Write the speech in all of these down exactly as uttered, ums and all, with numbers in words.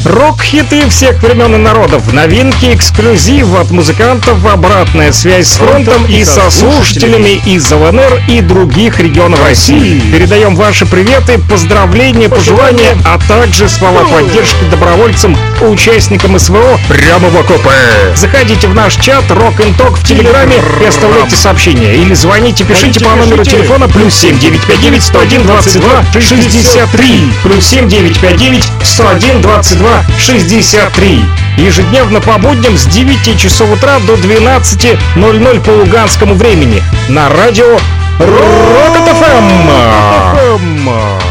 Рок-хиты всех времен и народов, новинки, эксклюзив от музыкантов, обратная связь с фронтом и со слушателями из ЛНР и других регионов России. Передаем ваши приветы, поздравления, пожелания, а также слова поддержки добровольцам, участникам СВО прямо в окопы. Заходите в наш чат Rock and Talk в Телеграме и оставляйте сообщения. Или звоните, пишите по номеру телефона плюс семь девять пять девять сто один двадцать два шестьдесят три. Плюс семь девять пять девять сто один двадцать два шестьдесят три. Ежедневно по будням с девяти часов утра до двенадцати ноль-ноль по луганскому времени на радио Rocket эф эм.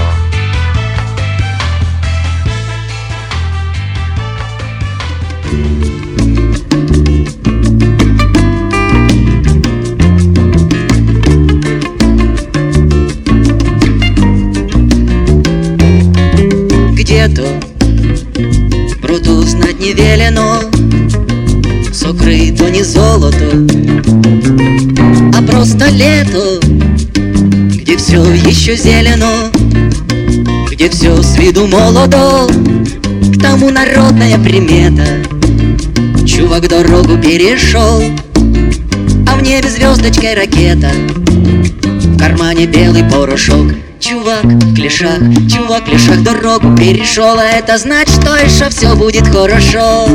Где-то пруд узнать не велено, сокрыто не золото, а просто лето, где все еще зелено, где все с виду молодо. К тому народная примета: чувак дорогу перешел, а в небе звездочкой ракета, в кармане белый порошок. Чувак в клешах, чувак в клешах дорогу перешел, а это значит, что еще все будет хорошо.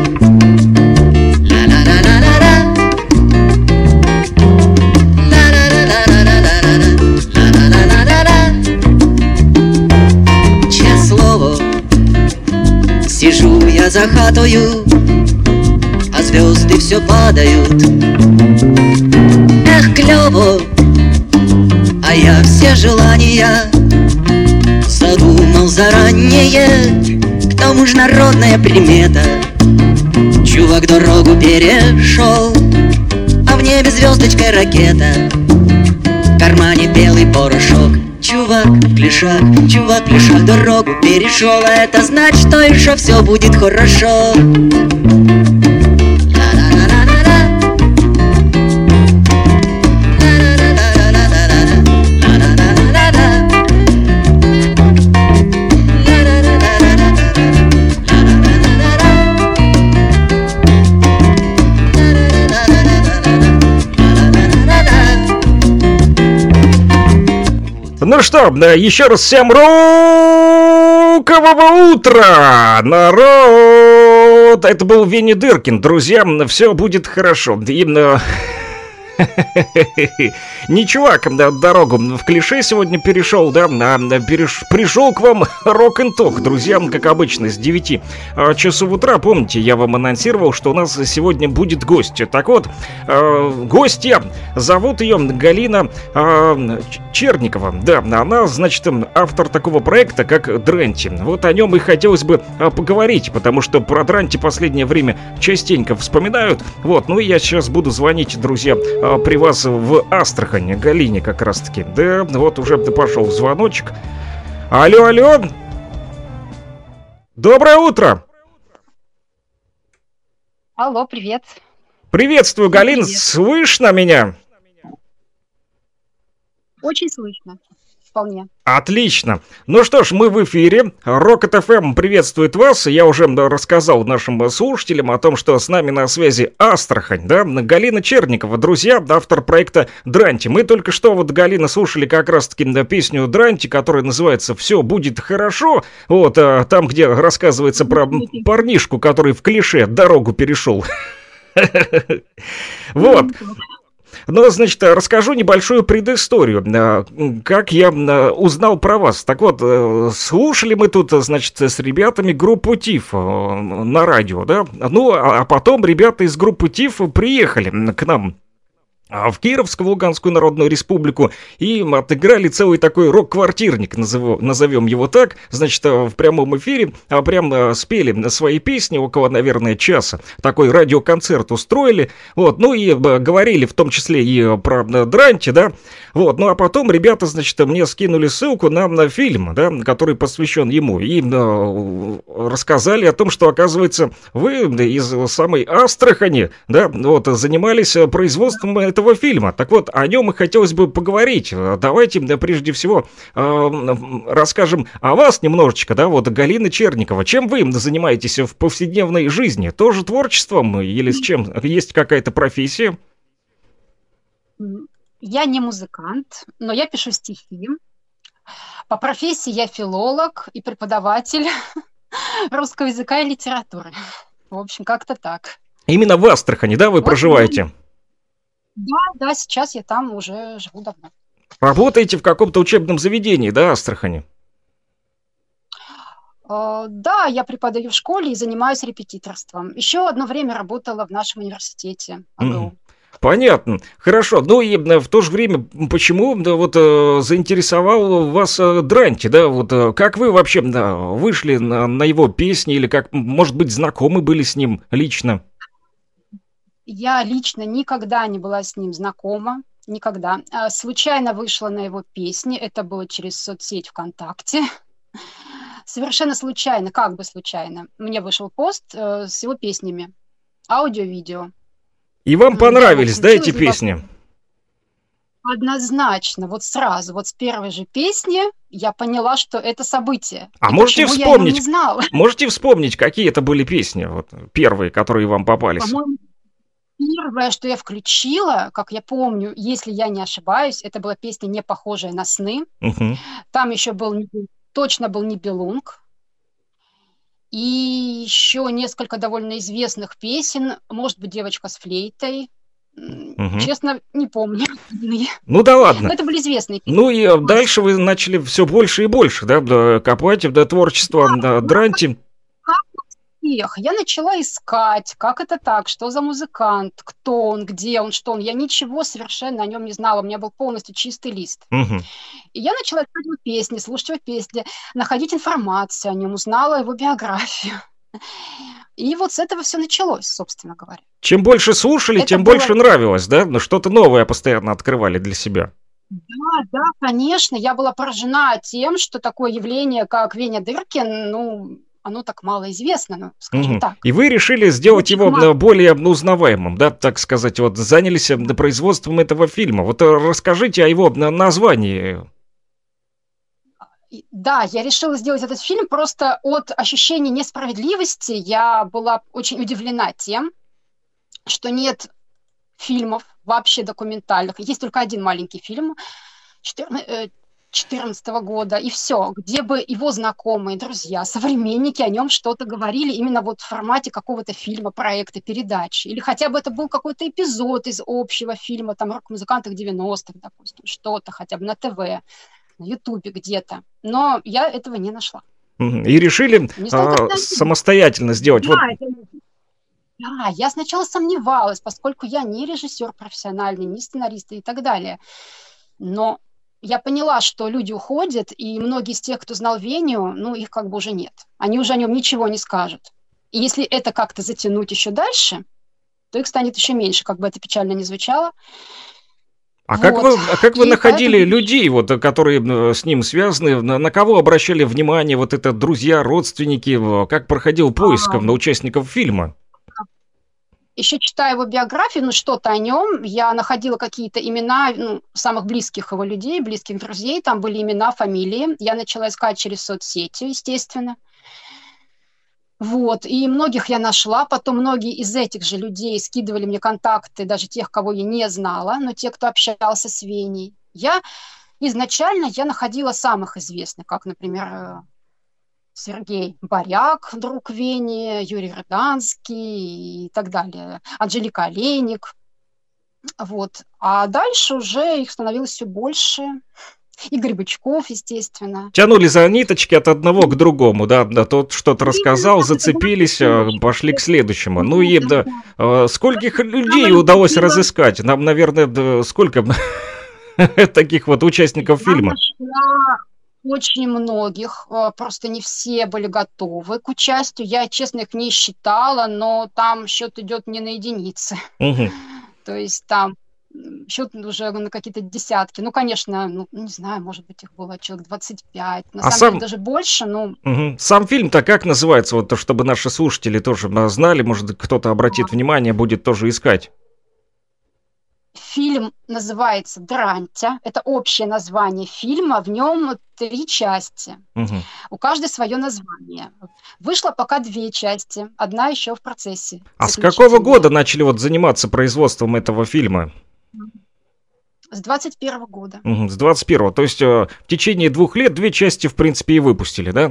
Честное слово, сижу я за хатою, а звезды все падают. Эх, клево, а я все желания задумал заранее. К тому же народная примета: чувак дорогу перешел, а в небе звездочкой ракета, в кармане белый порошок. Чувак в клешах, чувак в клешах дорогу перешел, а это значит, что еще все будет хорошо. Ну что, еще раз всем рокового утра, народ! Это был Винни Дыркин. Друзья, все будет хорошо. Именно... Не чувак дорогу в клише сегодня перешел, да, а переш... пришел к вам Rock and Talk, друзья, как обычно, с девяти часов утра. Помните, я вам анонсировал, что у нас сегодня будет гость. Так вот, э, гостья, зовут ее Галина э, Черникова. Да, она, значит, автор такого проекта, как Дранти. Вот о нем и хотелось бы поговорить, потому что про Дранти последнее время частенько вспоминают. Вот, ну и я сейчас буду звонить, друзья, при вас в Астрахани, Галине как раз-таки. Да, вот уже пошел звоночек. Алло, алло. Доброе утро. Алло, привет. Приветствую, Галин. Привет. Слышно меня? Очень слышно. Вполне. Отлично. Ну что ж, мы в эфире. Rocket эф эм приветствует вас. Я уже рассказал нашим слушателям о том, что с нами на связи Астрахань, да, Галина Черникова, друзья, автор проекта Дранти. Мы только что, вот, Галина, слушали как раз-таки да, песню Дранти, которая называется «Все будет хорошо». Вот, там, где рассказывается про парнишку, который в клише дорогу перешел. Вот. Ну, значит, расскажу небольшую предысторию, как я узнал про вас. Так вот, слушали мы тут, значит, с ребятами группу ТИФ на радио, да? Ну, а потом ребята из группы ТИФ приехали к нам в Кировскую Луганскую Народную Республику и отыграли целый такой рок-квартирник, назовем, назовем его так. Значит, в прямом эфире прям спели свои песни около, наверное, часа. Такой радиоконцерт устроили. Вот, ну и говорили в том числе и про Дранти, да. Вот, ну а потом ребята, значит, мне скинули ссылку на, на фильм, да, который посвящен ему. И э, рассказали о том, что, оказывается, вы из самой Астрахани, да, вот, занимались производством этого фильма. Так вот, о нем и хотелось бы поговорить. Давайте, да, прежде всего, э, расскажем о вас немножечко, да, вот Галина Черникова. Чем вы занимаетесь в повседневной жизни? Тоже творчеством или с чем? Есть какая-то профессия? Я не музыкант, но я пишу стихи. По профессии я филолог и преподаватель русского языка и литературы. В общем, как-то так. Именно в Астрахани, да, вы вот проживаете? Да, да, сейчас я там уже живу давно. Работаете в каком-то учебном заведении, да, Астрахани? Uh, да, я преподаю в школе и занимаюсь репетиторством. Еще одно время работала в нашем университете АГУ. Mm. Понятно. Хорошо. Ну и в то же время, почему да, вот заинтересовал вас Дранти, да? Вот как вы вообще да, вышли на, на его песни или как, может быть, знакомы были с ним лично? Я лично никогда не была с ним знакома, никогда. Случайно вышла на его песни, это было через соцсеть ВКонтакте. Совершенно случайно, как бы случайно. Мне вышел пост с его песнями, аудио-видео. И вам понравились, да, эти песни? Однозначно, вот сразу, вот с первой же песни я поняла, что это событие. А можете вспомнить, не знала. Можете вспомнить, какие это были песни, вот первые, которые вам попались? По-моему, первое, что я включила, как я помню, если я не ошибаюсь, это была песня «Не похожая на сны». Угу. Там еще был, точно был Нибелунг. И еще несколько довольно известных песен. Может быть, «Девочка с флейтой». Угу. Честно, не помню. Ну да ладно. Но это были известные песни. Ну и дальше вы начали все больше и больше, да, копать в да, творчество да, Дранти. Я начала искать, как это так, что за музыкант, кто он, где он, что он. Я ничего совершенно о нем не знала, у меня был полностью чистый лист. Угу. И я начала искать его песни, слушать его песни, находить информацию о нем, узнала его биографию. И вот с этого все началось, собственно говоря. Чем больше слушали, это тем было... больше нравилось, да? Ну, что-то новое постоянно открывали для себя. Да, да, конечно. Я была поражена тем, что такое явление, как Веня Дыркин, ну... оно так мало известно, ну, скажем угу. так. И вы решили сделать Очень его мало. более узнаваемым, да, так сказать, вот занялись производством этого фильма. Вот расскажите о его названии. Да, я решила сделать этот фильм просто от ощущения несправедливости. Я была очень удивлена тем, что нет фильмов вообще документальных. Есть только один маленький фильм, две тысячи четырнадцатого года, и все, где бы его знакомые, друзья, современники о нем что-то говорили именно вот в формате какого-то фильма, проекта, передачи, или хотя бы это был какой-то эпизод из общего фильма, там, рок-музыкантах девяностых, допустим, что-то хотя бы на ТВ, на Ютубе где-то, но я этого не нашла. И решили а, самостоятельно сделать. Да, вот. это... да, я сначала сомневалась, поскольку я не режиссер профессиональный, не сценарист и так далее, но я поняла, что люди уходят, и многие из тех, кто знал Веню, ну, их как бы уже нет. Они уже о нем ничего не скажут. И если это как-то затянуть еще дальше, то их станет еще меньше, как бы это печально ни звучало. А вот. как вы, а как вы находили поэтому... людей, вот, которые с ним связаны, на, на кого обращали внимание, вот это друзья, родственники, как проходил поиск а... на участников фильма? Еще читая его биографию, ну, что-то о нем, я находила какие-то имена ну, самых близких его людей, близких друзей, там были имена, фамилии. Я начала искать через соцсети, естественно. Вот, и многих я нашла, потом многие из этих же людей скидывали мне контакты, даже тех, кого я не знала, но те, кто общался с Веней. Я изначально я находила самых известных, как, например, Сергей Боряк, друг Вени, Юрий Рыданский и так далее, Анжелика Олейник. Вот. А дальше уже их становилось все больше. Игорь Бычков, естественно. Тянули за ниточки от одного к другому, да, да, тот что-то рассказал, зацепились, пошли к следующему. Ну и да, скольких людей удалось разыскать? Нам, наверное, сколько таких вот участников фильма? Очень многих, просто не все были готовы к участию. Я, честно, их не считала, но там счет идет не на единицы. Угу. То есть там счет уже на какие-то десятки. Ну, конечно, ну, не знаю, может быть, их было человек двадцать пять. На а самом сам... деле даже больше, но... Угу. Сам фильм-то как называется? Вот, чтобы наши слушатели тоже знали, может, кто-то обратит а... внимание, будет тоже искать. Фильм называется «Дрантя». Это общее название фильма. В нем три части. Угу. У каждой свое название. Вышло пока две части. Одна еще в процессе. А с какого года начали вот заниматься производством этого фильма? С двадцать первого года. Угу, с двадцать первого. То есть в течение двух лет две части, в принципе, и выпустили, да?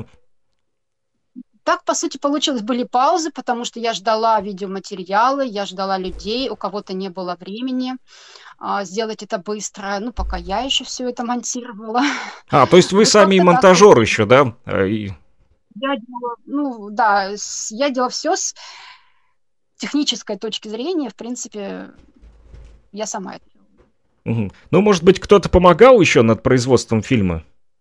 Так, по сути, получилось. Были паузы, потому что я ждала видеоматериалы, я ждала людей, у кого-то не было времени а, сделать это быстро. Ну, пока я еще все это монтировала. А, то есть вы Ну, сами и как-то монтажер так. еще, да? И... Я делала, ну, да, с- я делала все с технической точки зрения. В принципе, я сама это делала. Мгм. Ну, может быть, кто-то помогал еще над производством фильма?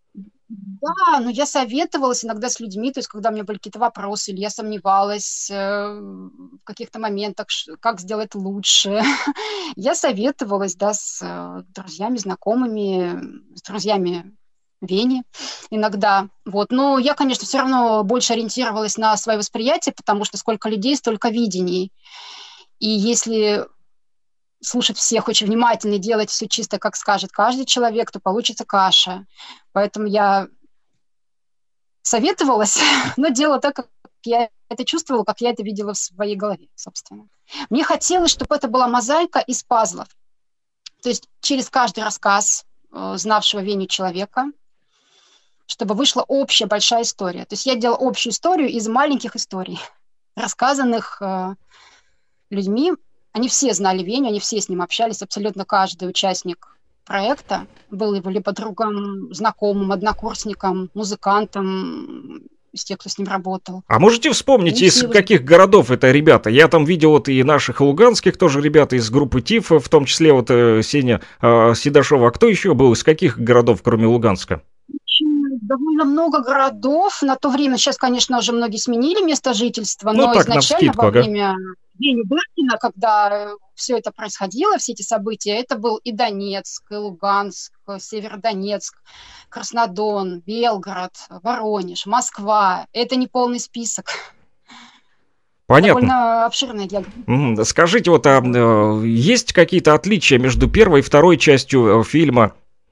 Да, но я советовалась иногда с людьми, то есть когда у меня были какие-то вопросы, или я сомневалась э, в каких-то моментах, ш- как сделать лучше. Я советовалась, да, с э, друзьями, знакомыми, с друзьями Вени иногда. Вот. Но я, конечно, все равно больше ориентировалась на свое восприятие, потому что сколько людей, столько видений. И если слушать всех очень внимательно и делать все чисто, как скажет каждый человек, то получится каша. Поэтому я советовалась, но делала так, как я это чувствовала, как я это видела в своей голове, собственно. Мне хотелось, чтобы это была мозаика из пазлов. То есть через каждый рассказ э, знавшего Веню человека, чтобы вышла общая большая история. То есть я делала общую историю из маленьких историй, рассказанных э, людьми. Они все знали Веню, они все с ним общались, абсолютно каждый участник проекта был его либо другом, знакомым, однокурсником, музыкантом, из тех, кто с ним работал. А можете вспомнить, Они из все его... каких городов это ребята? Я там видел вот и наших луганских тоже ребята из группы ТИФ, в том числе вот э, Сеня э, Седашова. А кто еще был? Из каких городов, кроме Луганска? Очень довольно много городов. На то время, сейчас, конечно, уже многие сменили место жительства, Ну но так, изначально навскидку, во ага. время Вени Дыркина, когда все это происходило, все эти события, это был и Донецк, и Луганск, Северодонецк, Краснодон, Белгород, Воронеж, Москва. Это не полный список. Понятно. Довольно обширная география. Мгм. Скажите, вот а, э, есть какие-то отличия между первой и второй частью э, фильма?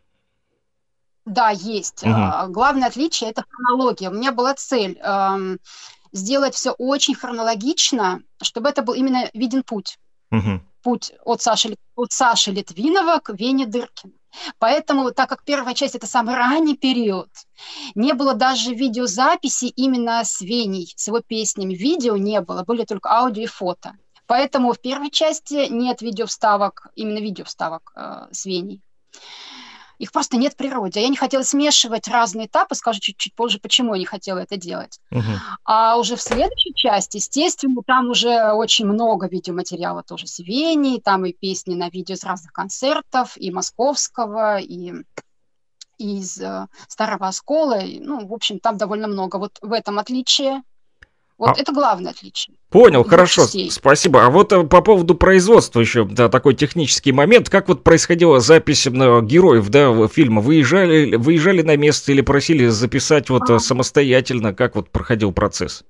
Да, есть. Мгм. А, Главное отличие – это хронология. У меня была цель эм, сделать все очень хронологично, чтобы это был именно виден путь. Мгм. Путь от Саши, Лит- от Саши Литвинова к Вене Дыркину. Поэтому, так как первая часть – это самый ранний период, не было даже видеозаписи именно с Веней, с его песнями. Видео не было, были только аудио и фото. Поэтому в первой части нет видеовставок, именно видеовставок э, с Веней. Их просто нет в природе. А я не хотела смешивать разные этапы, скажу чуть-чуть позже, почему я не хотела это делать. Мгм. А уже в следующей части, естественно, там уже очень много видеоматериала тоже с Веней, там и песни на видео из разных концертов, и московского, и из э, Старого Оскола. И, ну, в общем, там довольно много. Вот в этом отличие. Вот А, это главное отличие. Понял, Двух хорошо, частей. спасибо. А вот э, по поводу производства еще, да, такой технический момент. Как вот происходила запись э, героев, да, в- фильма? Выезжали, выезжали на место или просили записать вот э, самостоятельно? Как вот проходил процесс?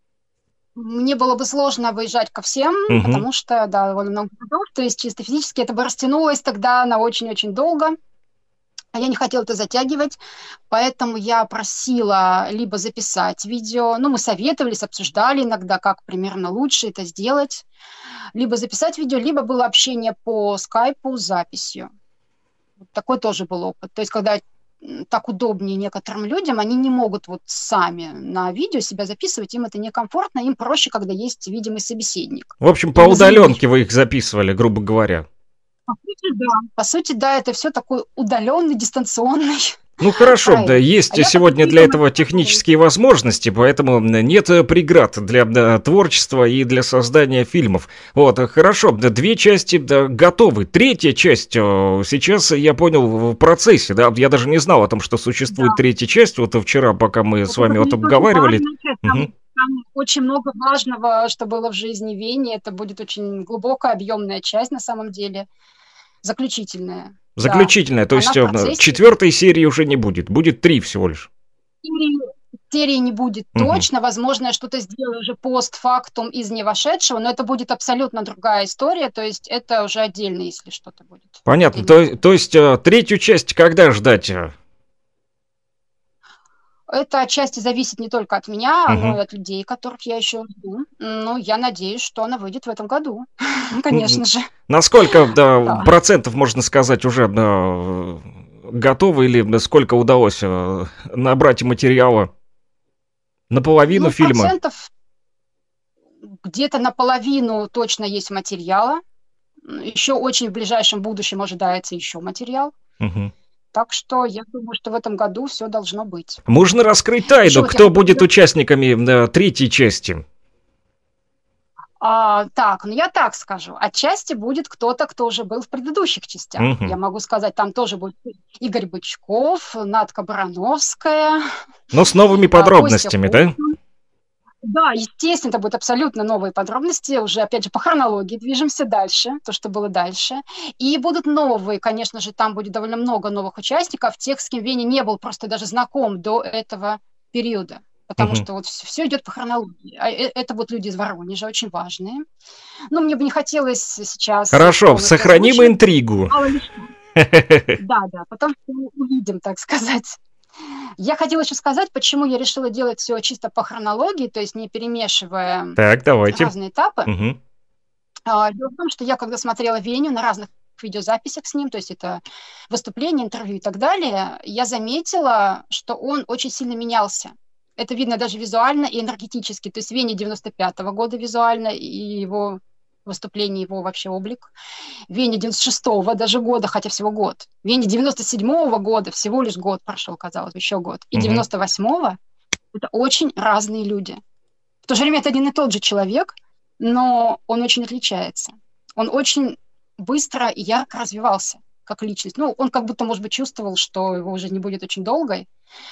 Мне было бы сложно выезжать ко всем, Мгм. потому что, да, довольно много городов, то есть чисто физически это бы растянулось тогда на очень-очень долго, а я не хотела это затягивать, поэтому я просила либо записать видео, ну, мы советовались, обсуждали иногда, как примерно лучше это сделать, либо записать видео, либо было общение по скайпу с записью. Вот такой тоже был опыт. То есть, когда м, так удобнее некоторым людям, они не могут вот сами на видео себя записывать, им это некомфортно, им проще, когда есть видимый собеседник. В общем, по Именно заявить. удаленке вы их записывали, грубо говоря. По сути, да. По сути, да, это все такой удаленный, дистанционный Ну хорошо, проект. да, есть А я сегодня как-то для видела, этого технические возможности, поэтому нет э, преград для да, творчества и для создания фильмов. Вот, э, хорошо, да, две части да, готовы. Третья часть э, сейчас, я понял, в процессе, да, я даже не знал о том, что существует да. третья часть, вот э, вчера, пока мы с Это вами вот будет очень обговаривали. важная часть. Там, Мгм. там очень много важного, что было в жизни Вени. Это будет очень глубокая, объемная часть на самом деле. Заключительная. Да. Заключительная, то Она есть в э, процессе. четвертой серии уже не будет, будет три всего лишь. Серии, серии не будет Мгм. точно. Возможно, я что-то сделаю уже постфактум из не вошедшего, но это будет абсолютно другая история. То есть это уже отдельно, если что-то будет. Понятно. Отдельная То, тема. то есть э, третью часть когда ждать? э? Это отчасти зависит не только от меня, но Мгм. и от людей, которых я еще жду. Но я надеюсь, что она выйдет в этом году. М, Конечно же. Насколько да, Да. процентов, можно сказать, уже да, готовы или сколько удалось э, набрать материала? Наполовину Ну, фильма? процентов где-то наполовину точно есть материала. Еще очень в ближайшем будущем ожидается еще материал. Мгм. Так что я думаю, что в этом году все должно быть. Можно раскрыть Еще тайну, вот я кто хотела будет сказать, участниками э, третьей части? а, так, ну я так скажу. Отчасти будет кто-то, кто уже был в предыдущих частях. Я Мгм. могу сказать, там тоже будет Игорь Бычков, Надка Барановская, Но с новыми а, Костя подробностями, да? Хоффман. Да, естественно, это будут абсолютно новые подробности. Уже, опять же, по хронологии движемся дальше, то, что было дальше. И будут новые, конечно же, там будет довольно много новых участников, тех, с кем Веня не был просто даже знаком до этого периода. Потому Мгм. что вот все идет по хронологии. А э- это вот люди из Воронежа, очень важные. Но мне бы не хотелось сейчас их Хорошо, полностью сохраним озвучивать. интригу. Мало ли что. Да, да, потом всё увидим, так сказать. Я хотела еще сказать, почему я решила делать все чисто по хронологии, то есть не перемешивая Так, давайте. разные этапы. Мгм. А, Дело в том, что я, когда смотрела Веню на разных видеозаписях с ним, то есть это выступления, интервью и так далее, я заметила, что он очень сильно менялся. Это видно даже визуально и энергетически. То есть Веня девяносто пятого года визуально, и его выступление, его вообще облик. Веня девяносто шестого даже года, хотя всего год. Веня девяносто седьмого года, всего лишь год прошел, казалось бы, еще год. И Мгм. девяносто восьмого это очень разные люди. В то же время это один и тот же человек, но он очень отличается. Он очень быстро и ярко развивался как личность. Ну, он как будто, может быть, чувствовал, что его жизнь не будет очень долгой,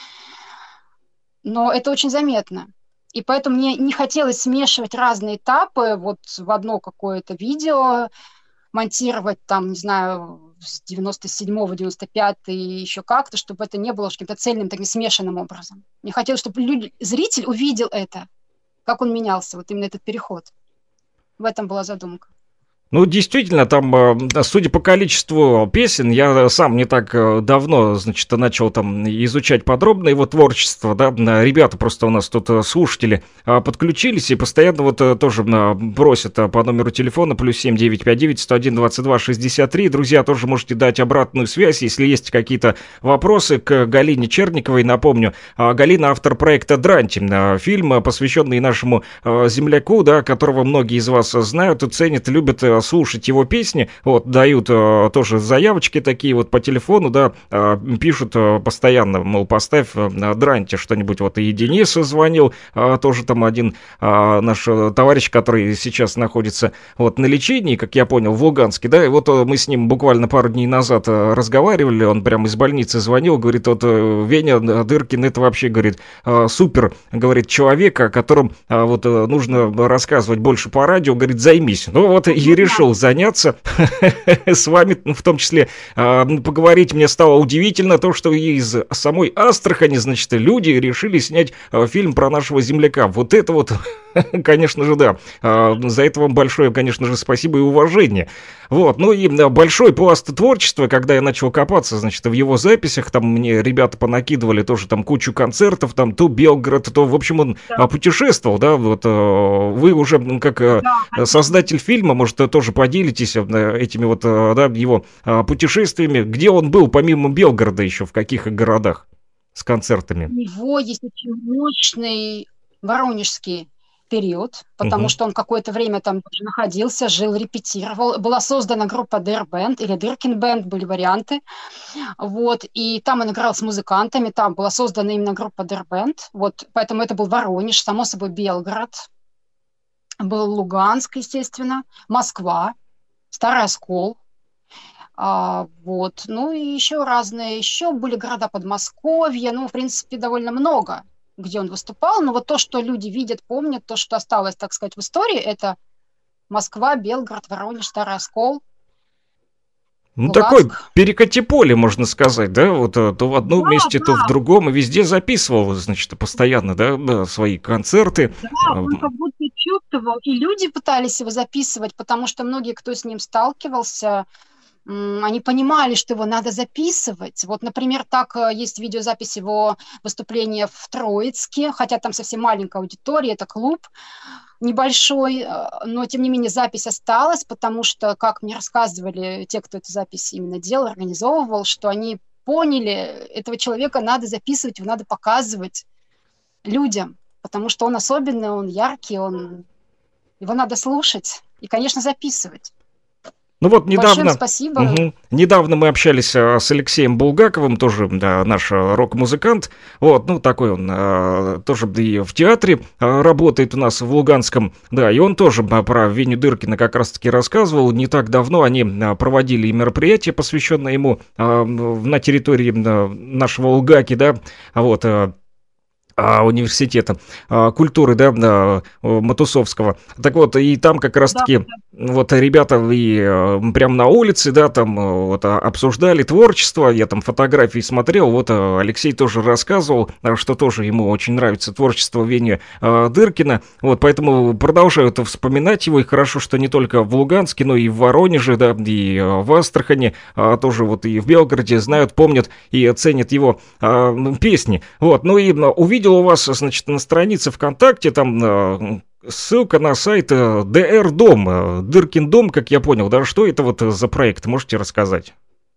но это очень заметно. И поэтому мне не хотелось смешивать разные этапы вот в одно какое-то видео, монтировать там, не знаю, с девяносто седьмого, девяносто пятого еще как-то, чтобы это не было каким-то цельным, таким смешанным образом. Мне хотелось, чтобы люди, зритель увидел это, как он менялся, вот именно этот переход. В этом была задумка. Ну, действительно, там, э, да, судя по количеству песен, я сам не так э, давно, значит, начал там изучать подробно его творчество, да, на- ребята просто у нас тут э, слушатели а, подключились и постоянно вот э, тоже э, просят э, по номеру телефона плюс семь девять пять девять сто один двадцать два шестьдесят три. Друзья, тоже можете дать обратную связь, если есть какие-то вопросы к Галине Черниковой. Напомню, а, Галина автор проекта «Дранти», э, фильм, э, посвященный нашему э, земляку, да, которого многие из вас знают и ценят, любят э, слушать его песни, вот, дают э, тоже заявочки такие вот по телефону, да, э, пишут э, постоянно, мол, поставь э, на Дранти что-нибудь, вот и Денис звонил, э, тоже там один э, наш э, товарищ, который сейчас находится вот на лечении, как я понял, в Луганске, да, и вот э, мы с ним буквально пару дней назад э, разговаривали, он прямо из больницы звонил, говорит, вот э, Веня Дыркин, это вообще, говорит, э, супер, говорит, человек, о котором э, вот э, нужно рассказывать больше по радио, говорит, займись. Ну вот и решил заняться с вами, в том числе э, поговорить. Мне стало удивительно то, что из самой Астрахани, значит, люди решили снять э, фильм про нашего земляка. Вот это вот, конечно же, да. Э, за это вам большое, конечно же, спасибо и уважение. Вот, ну и э, большой пласт творчества, когда я начал копаться, значит, в его записях, там мне ребята понакидывали тоже там кучу концертов, там то Белгород, то, в общем, он Да. э, путешествовал, да, вот э, вы уже м, как э, Да, создатель фильма, может, э, тоже поделитесь э, этими вот, э, да, его э, путешествиями, где он был помимо Белгорода еще, в каких городах с концертами. у него есть очень мощный воронежский период, потому Мгм. что он какое-то время там тоже находился, жил, репетировал. Была создана группа Дэр Бэнд или Дыркин Бэнд, были варианты. Вот, и там он играл с музыкантами, там была создана именно группа Дэр Бэнд. Вот, поэтому это был Воронеж, само собой Белгород, был Луганск, естественно, Москва, Старый Оскол. А, вот, ну и еще разные, еще были города Подмосковья, ну, в принципе, довольно много, где он выступал. Но вот то, что люди видят, помнят, то, что осталось, так сказать, в истории, это Москва, Белгород, Воронеж, Старый Оскол. Ну, такой перекати поле, можно сказать, да, вот то в одном да, месте, да. то в другом, и везде записывал, значит, постоянно, да, свои концерты. Да, он как будто чувствовал, и люди пытались его записывать, потому что многие, кто с ним сталкивался, они понимали, что его надо записывать. Вот, например, так есть видеозапись его выступления в Троицке, хотя там совсем маленькая аудитория, это клуб небольшой, но, тем не менее, запись осталась, потому что, как мне рассказывали те, кто эту запись именно делал, организовывал, что они поняли, этого человека надо записывать, его надо показывать людям, потому что он особенный, он яркий, он... его надо слушать и, конечно, записывать. Ну вот недавно, Большое спасибо. Угу, недавно мы общались а, с Алексеем Булгаковым, тоже да, наш а, рок-музыкант, вот, ну такой он а, тоже и в театре а, работает у нас в Луганском, да, и он тоже а, про Веню Дыркина как раз-таки рассказывал. Не так давно они а, проводили мероприятие, посвященное ему а, на территории а, нашего Лугаки, да, вот, а, университета а, культуры, да, да, Матусовского. Так вот, и там как раз-таки да, да. вот ребята и а, прям на улице, да, там вот обсуждали творчество, я там фотографии смотрел, вот Алексей тоже рассказывал, что тоже ему очень нравится творчество Вени а, Дыркина, вот, поэтому продолжают вспоминать его, и хорошо, что не только в Луганске, но и в Воронеже, да, и в Астрахани, а, тоже вот и в Белгороде знают, помнят и ценят его а, песни, вот, ну и увидел у вас, значит, на странице ВКонтакте там э, ссылка на сайт э, ди эр Дом, э, Дыркин дом, как я понял, да, что это вот за проект, можете рассказать?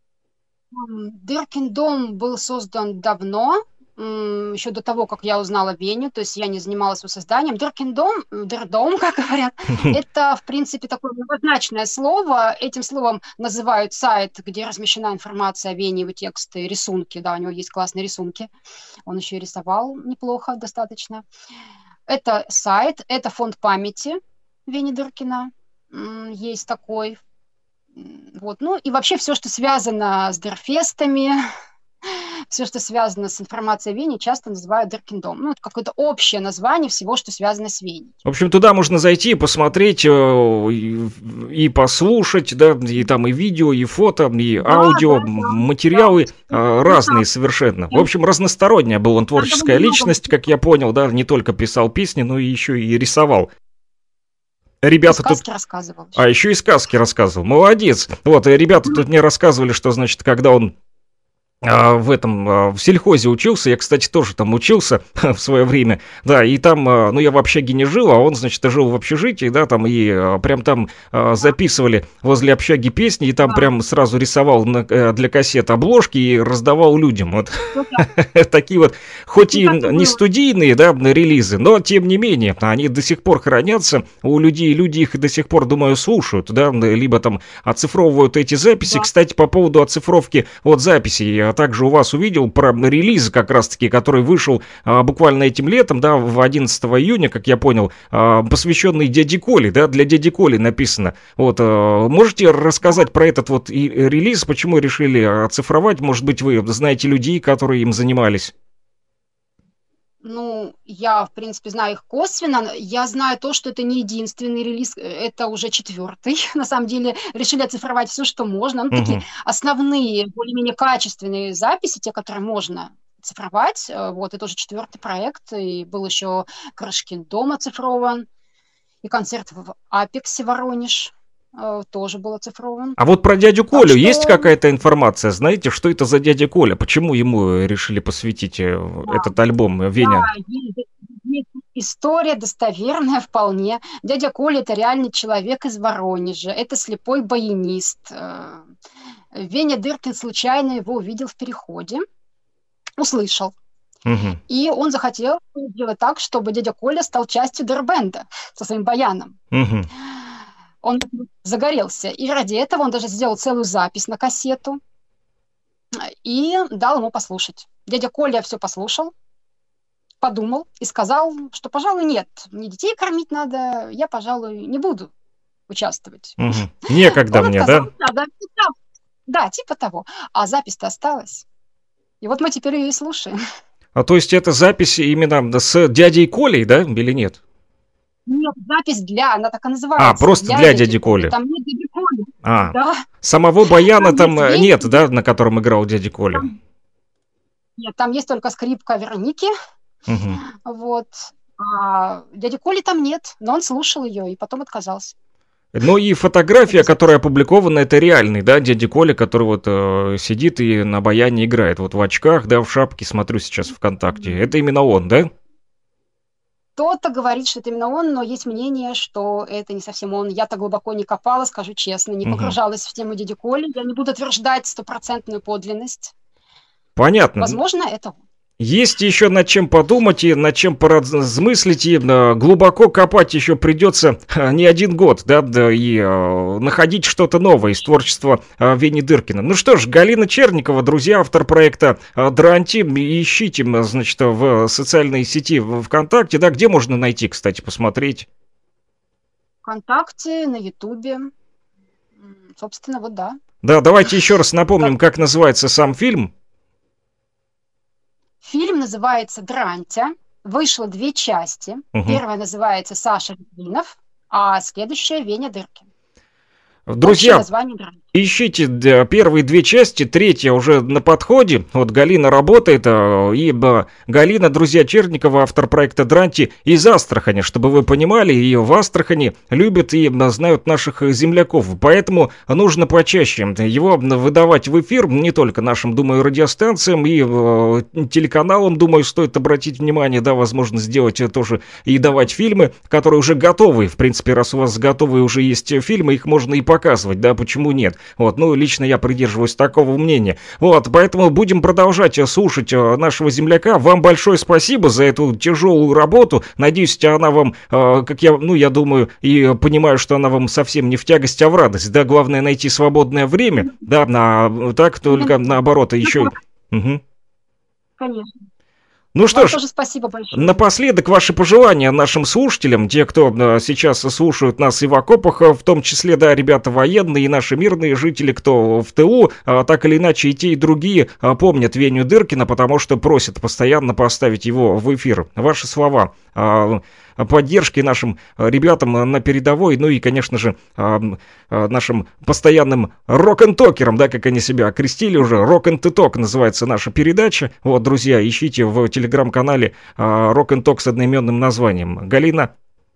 Дыркин дом был создан давно, еще до того, как я узнала Веню, то есть я не занималась его созданием. Дыркин дом, Дырдом, как говорят, это, в принципе, такое многозначное слово. Этим словом называют сайт, где размещена информация о Вене, его тексты, рисунки, да, у него есть классные рисунки. Он еще и рисовал неплохо достаточно. Это сайт, это фонд памяти Вени Дыркина, есть такой. Вот. Ну и вообще все, что связано с дырфестами, все, что связано с информацией о Вене, часто называют Дыркин дом. Ну, это какое-то общее название всего, что связано с Веней. В общем, туда можно зайти, посмотреть и, и послушать, да, и там и видео, и фото, и да, аудио, да, материалы да, разные да. совершенно. В общем, разносторонняя была он творческая личность, как я понял, да, не только писал песни, но и еще и рисовал. Ребята и сказки тут... рассказывал. А, еще и сказки рассказывал. Молодец. Вот, ребята тут мне рассказывали, что, значит, когда он в этом, в сельхозе учился, я, кстати, тоже там учился в свое время, да, и там, ну, я в общаге не жил, а он, значит, жил в общежитии, да, там, и прям там записывали возле общаги песни, и там прям сразу рисовал для кассет обложки и раздавал людям, вот, такие вот, хоть и не студийные, да, релизы, но, тем не менее, они до сих пор хранятся у людей, люди их до сих пор, думаю, слушают, да, либо там оцифровывают эти записи, кстати, по поводу оцифровки, вот, записей, также у вас увидел про релиз как раз-таки, который вышел а, буквально этим летом, да, в одиннадцатого июня, как я понял, а, посвященный дяде Коле, да, для дяди Коли написано. Вот, а, можете рассказать про этот вот и релиз, почему решили оцифровать? Может быть, вы знаете людей, которые им занимались? Ну, я, в принципе, знаю их косвенно. Я знаю то, что это не единственный релиз, это уже четвертый. На самом деле решили оцифровать все, что можно. Ну, uh-huh. такие основные, более-менее качественные записи, те, которые можно цифровать. Вот, это уже четвертый проект. И был еще Крышкин дом оцифрован. И концерт в Апексе Воронеж тоже был оцифрован. А вот про дядю Колю так есть что... какая-то информация? Знаете, что это за дядя Коля? Почему ему решили посвятить да. этот альбом Веня? Да, есть, есть история достоверная вполне. Дядя Коля – это реальный человек из Воронежа. Это слепой баянист. Веня Дыркин случайно его увидел в переходе, услышал. Угу. И он захотел сделать так, чтобы дядя Коля стал частью дырбенда со своим баяном. Угу. Он загорелся, и ради этого он даже сделал целую запись на кассету и дал ему послушать. Дядя Коля все послушал, подумал и сказал, что, пожалуй, нет, мне детей кормить надо, я, пожалуй, не буду участвовать. Угу. Некогда мне, да? Да, да, типа того. А запись-то осталась. И вот мы теперь ее и слушаем. А то есть это запись именно с дядей Колей, да, или нет? Нет, запись для, она так и А, называется. просто для, для дяди Коли. Там нет дяди Коли. А, да. Самого баяна там, там нет, да, на котором играл дядя Коля? Там... Нет, там есть только скрипка Вероники. Угу. Вот. А дяди Коли там нет, но он слушал ее и потом отказался. Ну и фотография, которая опубликована, это реальный, да, дядя Коля, который вот э, сидит и на баяне играет. Вот в очках, да, в шапке, смотрю сейчас ВКонтакте. Это именно он, да? Кто-то говорит, что это именно он, но есть мнение, что это не совсем он. Я так глубоко не копала, скажу честно, не погружалась угу. в тему дяди Коли. Я не буду утверждать стопроцентную подлинность. Понятно. Возможно, это он. Есть еще над чем подумать и над чем поразмыслить, и э, глубоко копать еще придется э, не один год, да, да и э, находить что-то новое из творчества э, Вени Дыркина. Ну что ж, Галина Черникова, друзья, автор проекта э, Дранти, ищите, значит, в социальной сети ВКонтакте, да, где можно найти, кстати, посмотреть? ВКонтакте, на Ютубе, собственно, вот да. Да, давайте еще раз напомним, как называется сам фильм. Фильм называется «Дрантя». Вышло две части. Угу. Первая называется «Саша Литвинов», а следующая «Веня Дыркин». Друзья, ищите первые две части, третья уже на подходе. Вот Галина работает, и Галина, друзья, Черникова, автор проекта Дранти из Астрахани, чтобы вы понимали, ее в Астрахани любят и знают наших земляков. Поэтому нужно почаще его выдавать в эфир, не только нашим, думаю, радиостанциям и телеканалам, думаю, стоит обратить внимание, да, возможно, сделать тоже и давать фильмы, которые уже готовы. В принципе, раз у вас готовые уже есть фильмы, их можно и показывать, да, почему нет? Вот, ну, лично я придерживаюсь такого мнения. Вот, поэтому будем продолжать слушать нашего земляка. Вам большое спасибо за эту тяжелую работу. Надеюсь, она вам, как я, ну, я думаю, и понимаю, что она вам совсем не в тягость, а в радость, да, главное найти свободное время, да, на, так, только наоборот, еще... Угу. Конечно. Ну что Вам ж, тоже спасибо большое. Напоследок ваши пожелания нашим слушателям, те, кто э, сейчас слушают нас и в окопах, в том числе, да, ребята военные и наши мирные жители, кто в тылу, э, так или иначе и те, и другие э, помнят Веню Дыркина, потому что просят постоянно поставить его в эфир. Ваши слова э, поддержки нашим ребятам на передовой, ну и, конечно же, э, э, нашим постоянным рок-н-токерам, да, как они себя окрестили уже, рок-н-ток называется наша передача. Вот, друзья, ищите в телеграм-канале Rock and Talk с одноименным названием. Галина?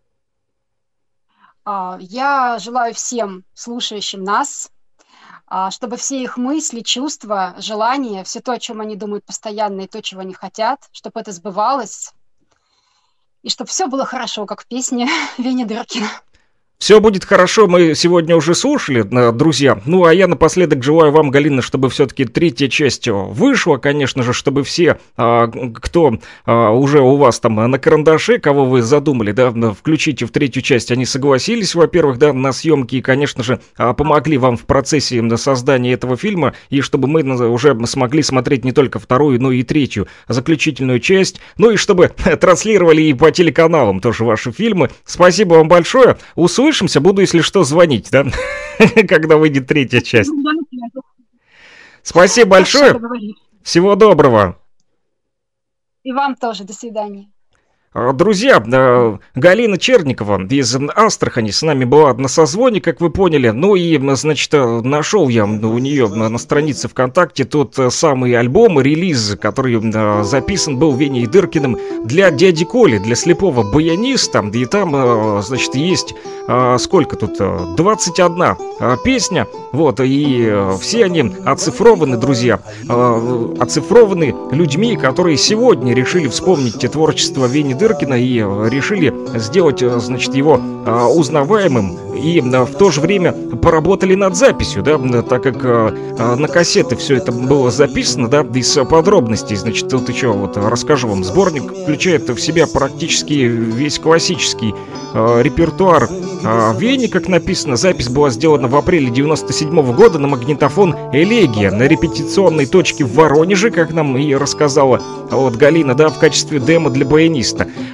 Я желаю всем слушающим нас, чтобы все их мысли, чувства, желания, все то, о чем они думают постоянно и то, чего они хотят, чтобы это сбывалось, и чтобы все было хорошо, как в песне Вени Дыркина. Все будет хорошо, мы сегодня уже слушали, друзья. Ну, а я напоследок желаю вам, Галина, чтобы все-таки третья часть вышла, конечно же, чтобы все, кто уже у вас там на карандаше, кого вы задумали, да, включите в третью часть, они согласились, во-первых, да, на съемки и, конечно же, помогли вам в процессе создания этого фильма, и чтобы мы уже смогли смотреть не только вторую, но и третью, заключительную часть, ну и чтобы транслировали и по телеканалам тоже ваши фильмы. Спасибо вам большое, услышимся. Услышимся, буду, если что, звонить, да, когда выйдет третья часть. Спасибо большое. Всего доброго. И вам тоже. До свидания. Друзья, Галина Черникова из Астрахани с нами была на созвоне, как вы поняли. Ну и, значит, нашел я у нее на странице ВКонтакте тот самый альбом, релиз, который записан был Веней Дыркиным для дяди Коли, для слепого баяниста. И там, значит, есть сколько тут? двадцать одна песня. Вот, и все они оцифрованы, друзья. Оцифрованы людьми, которые сегодня решили вспомнить творчество Вени Дыркина и решили сделать, значит, его узнаваемым и в то же время поработали над записью, да, так как на кассеты все это было записано, да, из подробностей, значит, вот еще вот расскажу вам, сборник включает в себя практически весь классический репертуар Вени, как написано. Запись была сделана в апреле девяносто седьмого года на магнитофон «Элегия» на репетиционной точке в Воронеже, как нам и рассказала вот Галина, да, в качестве демо для баяниста.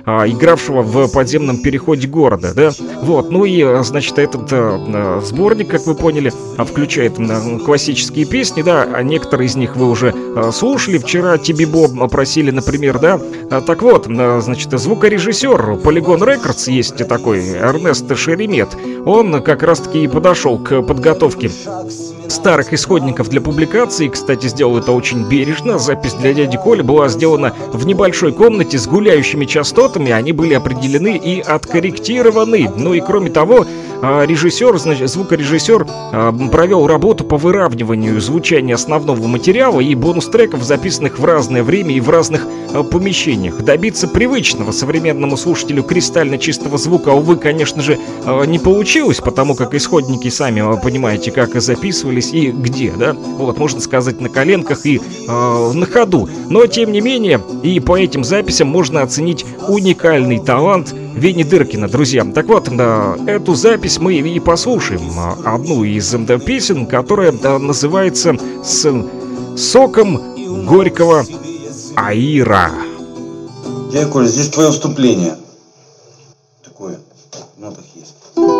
а, игравшего в подземном переходе города, да. Вот, ну и, значит, этот а, сборник, как вы поняли, включает а, классические песни, да, а некоторые из них вы уже а, слушали. Вчера Ти Би Бо просили, например, да. А, так вот, а, значит, звукорежиссер Polygon Records есть такой, Эрнест Шеремет. Он как раз-таки и подошел к подготовке старых исходников для публикации. Кстати, сделал это очень бережно. Запись для дяди Коли была сделана в небольшой комнате с гуляющими частотами. Они были определены и откорректированы. Ну и кроме того, режиссер, значит, звукорежиссер провел работу по выравниванию звучания основного материала и бонус-треков, записанных в разное время и в разных помещениях. Добиться привычного современному слушателю кристально чистого звука, увы, конечно же, не получилось, потому как исходники, сами понимаете, как записывались и где, да? Вот, можно сказать, на коленках и э, на ходу. Но, тем не менее, и по этим записям можно оценить уникальный талант Вени Дыркина, друзья. Так вот, да, эту запись мы и послушаем. Одну из да, песен, которая да, называется «С соком горького аира». Дядя Коля, здесь твое вступление. Такое, в нотах есть.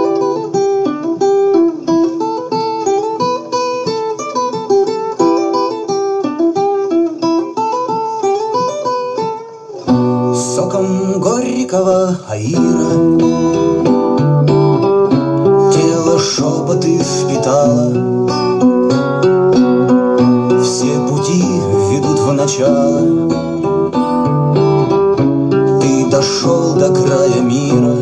Соком горького аира тело шепоты впитало. Все пути ведут в начало. Ты дошел до края мира.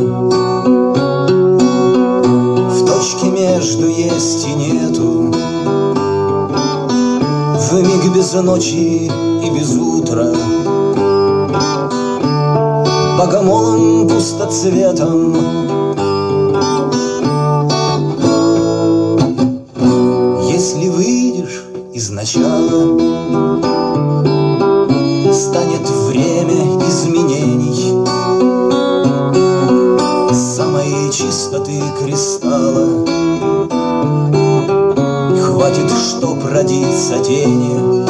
В точке между есть и нету. В миг без ночи и без утра. Богомолом пустоцветом если выйдешь из начала, станет время изменений самой чистоты кристалла. Хватит, чтоб родиться тени.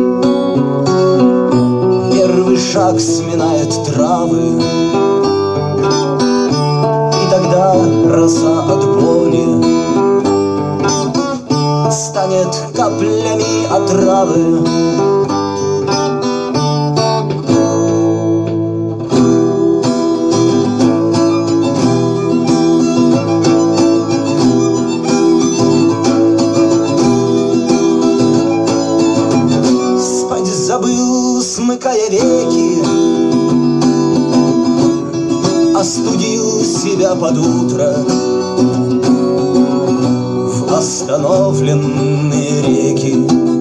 Первый шаг сминает травы, и тогда роса от боли станет каплями отравы. Спать забыл, смыкая веки, остудил себя под утро. В остановленные реки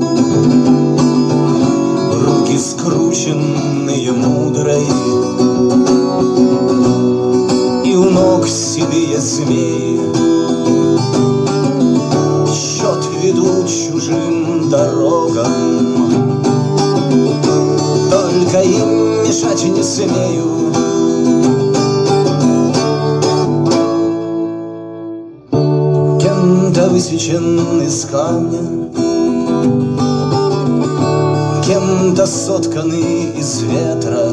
руки скрученные мудрой, и у ног седые змеи счет ведут чужим дорогам. Только им мешать не смею. Кем-то высечен из камня, кем-то сотканы из ветра,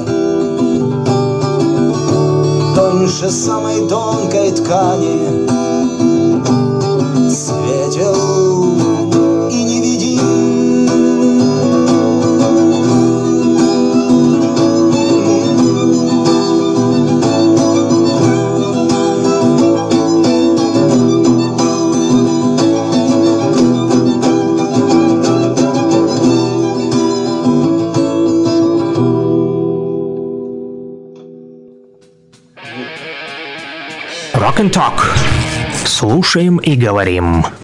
тоньше самой тонкой ткани, светел и невидим. Rock and Talk. Слушаем и говорим.